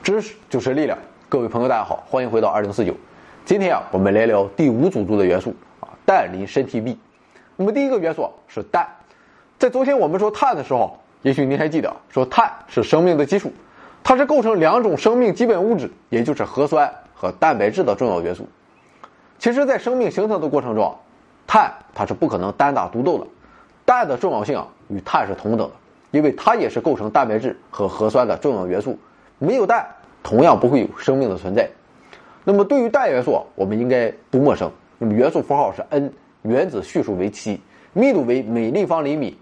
知识就是力量。各位朋友大家好，欢迎回到2049。今天我们来聊第5组的元素氮磷砷锑铋。那么第一个元素是氮。在昨天我们说碳的时候，也许您还记得说碳是生命的基础，它是构成2种生命基本物质，也就是核酸和蛋白质的重要元素。其实在生命形成的过程中，碳它是不可能单打独斗的，氮的重要性与碳是同等的，因为它也是构成蛋白质和核酸的重要元素，没有氮同样不会有生命的存在。那么对于氮元素我们应该不陌生，那么元素符号是 N， 原子序数为7，密度为每立方厘米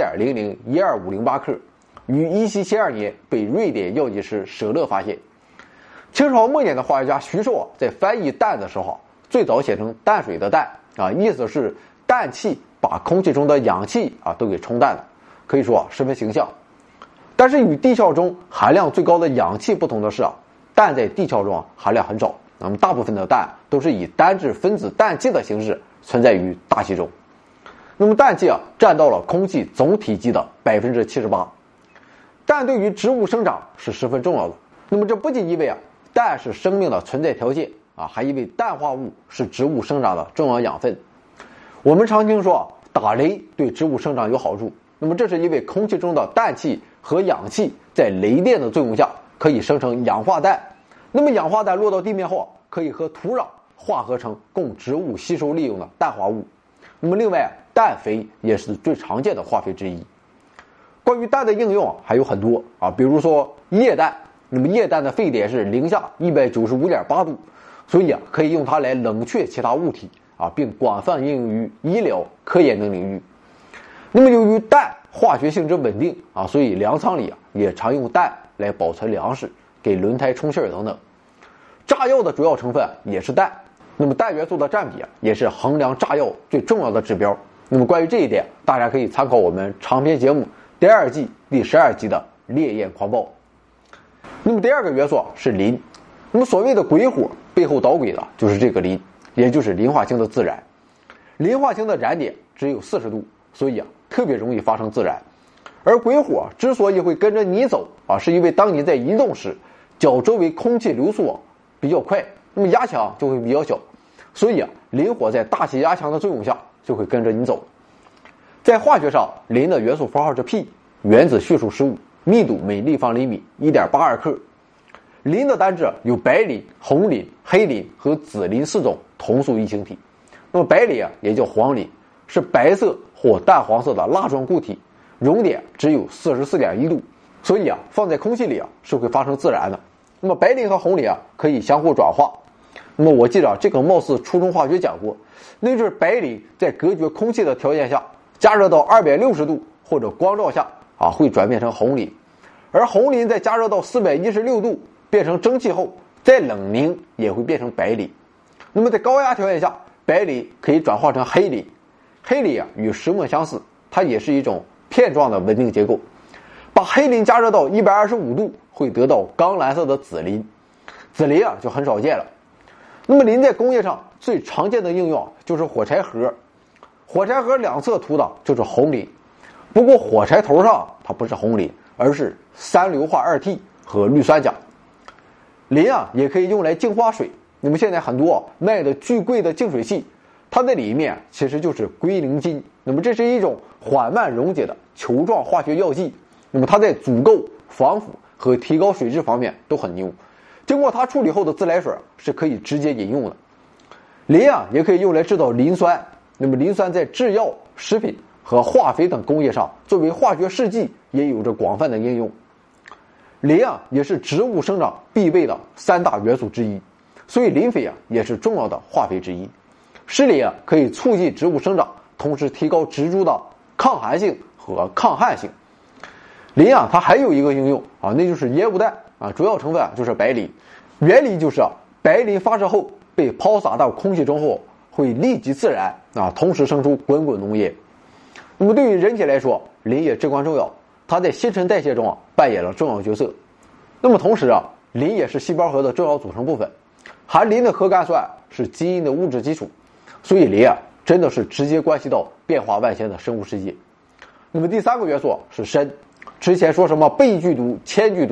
0.0012508 克，于1772年被瑞典药剂师舍勒发现。清朝末年的化学家徐寿在翻译氮的时候，最早写成淡水的氮意思是氮气把空气中的氧气都给冲淡了，可以说十分形象。但是与地壳中含量最高的氧气不同的是氮在地壳中含量很少，那么大部分的氮都是以单质分子氮气的形式存在于大气中。那么氮气占到了空气总体积的 78%。 氮对于植物生长是十分重要的。那么这不仅意味氮是生命的存在条件还意味氮化物是植物生长的重要养分。我们常听说打雷对植物生长有好处，那么这是因为空气中的氮气和氧气在雷电的作用下可以生成氧化氮，那么氧化氮落到地面后可以和土壤化合成供植物吸收利用的氮化物。那么另外氮肥也是最常见的化肥之一。关于氮的应用还有很多比如说液氮，那么液氮的沸点是零下 195.8 度，所以可以用它来冷却其他物体并广泛应用于医疗科研等领域。那么由于氮化学性质稳定所以粮仓里也常用氮来保存粮食，给轮胎充气等等。炸药的主要成分也是氮，那么氮元素的占比也是衡量炸药最重要的指标。那么关于这一点，大家可以参考我们长篇节目第2季第12集的烈焰狂暴。那么第二个元素是磷。那么所谓的鬼火背后捣鬼的就是这个磷，也就是磷化氢的自燃。磷化氢的燃点只有40度，所以特别容易发生自燃。而鬼火之所以会跟着你走是因为当你在移动时，脚周围空气流速比较快，那么压强就会比较小，所以磷火在大气压强的作用下就会跟着你走。在化学上，磷的元素符号是 P， 原子序数15，密度每立方厘米 1.82 克。磷的单质有白磷、红磷、黑磷和紫磷4种同素异性体。那么白磷也叫黄磷，是白色或淡黄色的蜡状固体，熔点只有 44.1 度，所以放在空气里是会发生自燃的。那么白磷和红磷可以相互转化。那么我记得这个貌似初中化学讲过，那就是白磷在隔绝空气的条件下，加热到260度或者光照下会转变成红磷，而红磷在加热到416度变成蒸汽后，再冷凝也会变成白磷。那么在高压条件下，白磷可以转化成黑磷。黑磷与石墨相似，它也是一种片状的稳定结构。把黑磷加热到125度会得到钢蓝色的紫磷，紫磷就很少见了。那么磷在工业上最常见的应用就是火柴盒，火柴盒两侧涂的就是红磷，不过火柴头上它不是红磷，而是三硫化2T 和氯酸钾。磷也可以用来净化水，那么现在很多卖的巨贵的净水器，它的里面其实就是硅磷锭，那么这是一种缓慢溶解的球状化学药剂，那么它在阻垢、防腐和提高水质方面都很牛。经过它处理后的自来水是可以直接饮用的。磷也可以用来制造磷酸，那么磷酸在制药、食品和化肥等工业上作为化学试剂也有着广泛的应用。磷也是植物生长必备的3大元素之一，所以磷肥也是重要的化肥之一。施磷可以促进植物生长，同时提高植株的抗寒性和抗旱性。磷它还有一个应用那就是烟雾弹主要成分就是白磷。原理就是白磷发射后被抛洒到空气中后会立即自燃同时生出滚滚浓烟。那么对于人体来说，磷也至关重要，它在新陈代谢中扮演了重要角色。那么同时磷也是细胞核的重要组成部分，含磷的核苷酸是基因的物质基础，所以磷真的是直接关系到变化万千的生物世界。那么第3个元素是砷。之前说什么倍剧毒、千剧毒，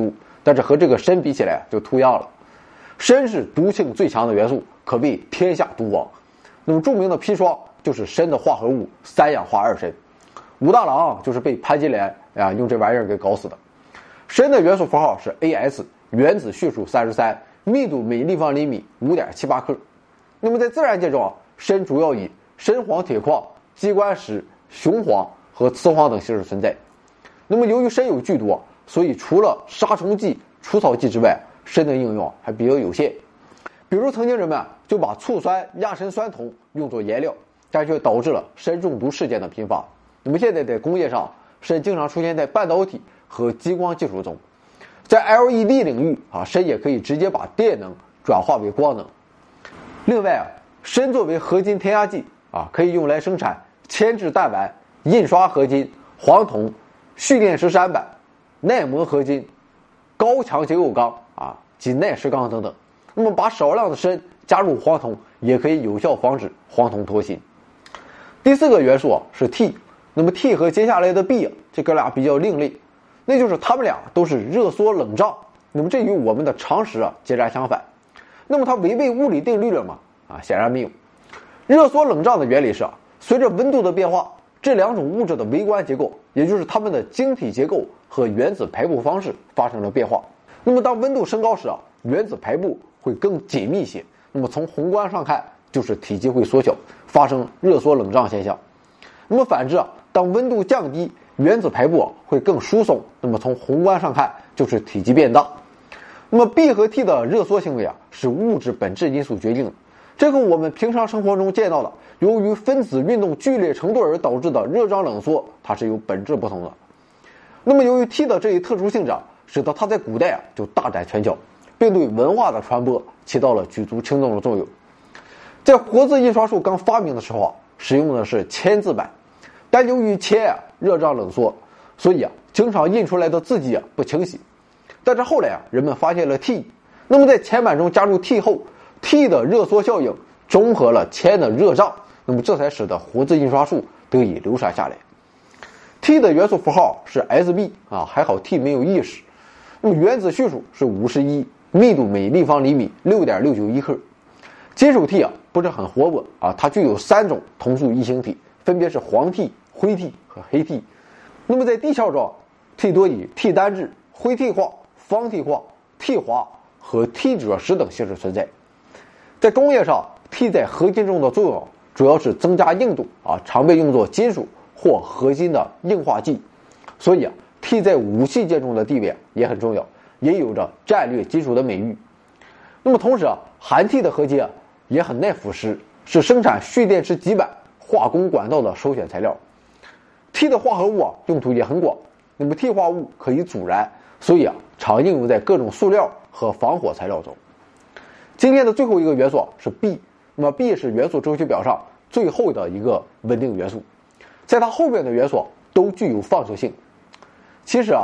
但是和这个砷比起来就图样了。砷是毒性最强的元素，可谓天下毒王。那么著名的砒霜就是砷的化合物三氧化二砷，武大郎就是被潘金莲用这玩意儿给搞死的。砷的元素符号是 As， 原子序数33，密度每立方厘米 5.78 克。那么在自然界中砷主要以砷黄铁矿、鸡冠石、雄黄和雌黄等形式存在。那么由于砷有剧毒，所以除了杀虫剂、除草剂之外，砷的应用还比较有限。比如曾经人们就把醋酸亚砷酸铜用作颜料，但却导致了砷中毒事件的频发。那么现在在工业上，砷经常出现在半导体和激光技术中。在 LED 领域砷也可以直接把电能转化为光能。另外砷作为合金添加剂可以用来生产铅制弹丸、印刷合金、黄铜、蓄电池闪板、耐磨合金、高强结构钢及耐石钢等等。那么把少量的砷加入黄铜，也可以有效防止黄铜脱芯。第四个元素是 T。那么 T 和接下来的 B 这哥俩比较另类，那就是他们俩都是热缩冷胀。那么这与我们的常识截然相反。那么它违背物理定律了吗？显然没有。热缩冷胀的原理是随着温度的变化，这两种物质的微观结构，也就是它们的晶体结构和原子排布方式发生了变化。那么当温度升高时原子排布会更紧密些。那么从宏观上看，就是体积会缩小，发生热缩冷胀现象。那么反之当温度降低，原子排布会更疏松。那么从宏观上看，就是体积变大。那么 B 和 T 的热缩行为是物质本质因素决定的。这和我们平常生活中见到的由于分子运动剧烈程度而导致的热胀冷缩，它是有本质不同的。那么由于 T 的这一特殊性质使得它在古代就大展拳脚，并对文化的传播起到了举足轻重的作用。在活字印刷术刚发明的时候使用的是铅字版，但由于铅热胀冷缩，所以经常印出来的字迹不清晰。但是后来人们发现了 T， 那么在铅版中加入 T 后， T 的热缩效应中和了铅的热胀，那么这才使得活字印刷术得以流传下来。T 的元素符号是 Sb 还好 T 没有意识。那么原子序数是51，密度每立方厘米 6.691 克。金属 T 不是很活泼它具有3种同素异形体，分别是黄 T、灰 T 和黑 T。那么在地壳中 T 多以 T 单质、灰 T 化、方 T 化、T 滑和 T 赭石等形式存在。在工业上 T 在合金中的作用主要是增加硬度常被用作金属或合金的硬化剂。所以T 在武器界中的地位也很重要，也有着战略金属的美誉。那么同时含 T 的合金也很耐腐蚀，是生产蓄电池基板、化工管道的首选材料。T 的化合物用途也很广，那么 T 化物可以阻燃，所以常应用在各种塑料和防火材料中。今天的最后一个元素是 B。那么 B 是元素周期表上最后的一个稳定元素，在它后面的元素都具有放射性。其实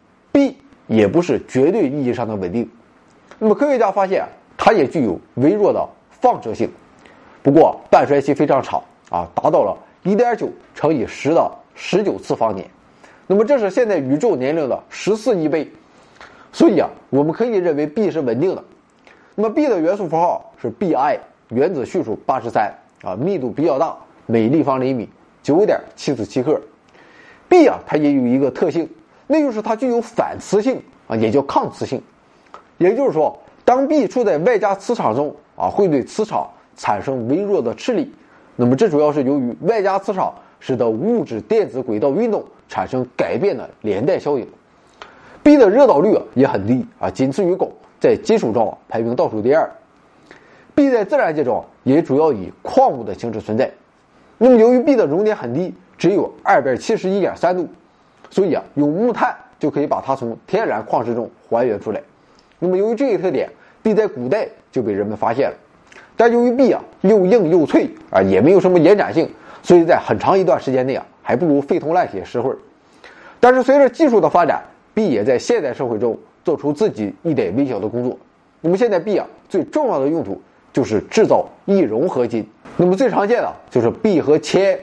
B 也不是绝对意义上的稳定。那么科学家发现它也具有微弱的放射性，不过半衰期非常长达到了 1.9 乘以10的19次方年。那么这是现在宇宙年龄的14亿倍。所以我们可以认为 B 是稳定的。那么 B 的元素符号是 Bi， 原子序数83密度比较大，每立方厘米 9.747 克。B 它也有一个特性，那就是它具有反磁性也叫抗磁性。也就是说当 B 处在外加磁场中会对磁场产生微弱的斥力。那么这主要是由于外加磁场使得物质电子轨道运动产生改变的连带效应。B 的热导率也很低仅次于汞，在金属中排名倒数第2。B 在自然界中也主要以矿物的形式存在。那么由于 B 的熔点很低，只有 271.3 度，所以用木炭就可以把它从天然矿石中还原出来。那么由于这一特点， B 在古代就被人们发现了。但由于 B 又硬又脆也没有什么延展性，所以在很长一段时间内还不如废铜烂铁实惠。但是随着技术的发展， B 也在现代社会中做出自己一点微小的工作。那么现在 B 最重要的用途就是制造易溶合金。那么最常见的就是 B 和铅、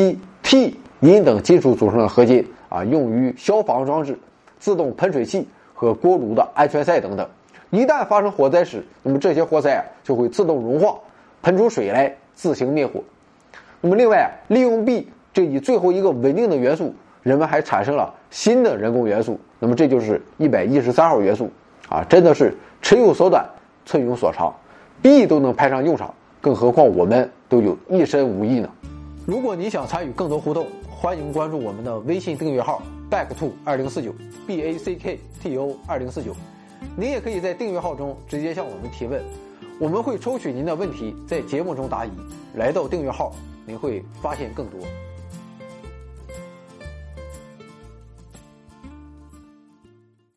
锡、T、银等金属组成的合金用于消防装置、自动喷水器和锅炉的安全塞等等。一旦发生火灾时，那么这些活塞就会自动融化，喷出水来自行灭火。那么另外利用 B 这一最后一个稳定的元素，人们还产生了新的人工元素，那么这就是113号元素啊，真的是尺有所短，寸有所长， B 都能派上用场，更何况我们都有一身武艺呢。如果你想参与更多互动，欢迎关注我们的微信订阅号 backto2049 BACKTO 2049。您也可以在订阅号中直接向我们提问，我们会抽取您的问题在节目中答疑。来到订阅号，您会发现更多。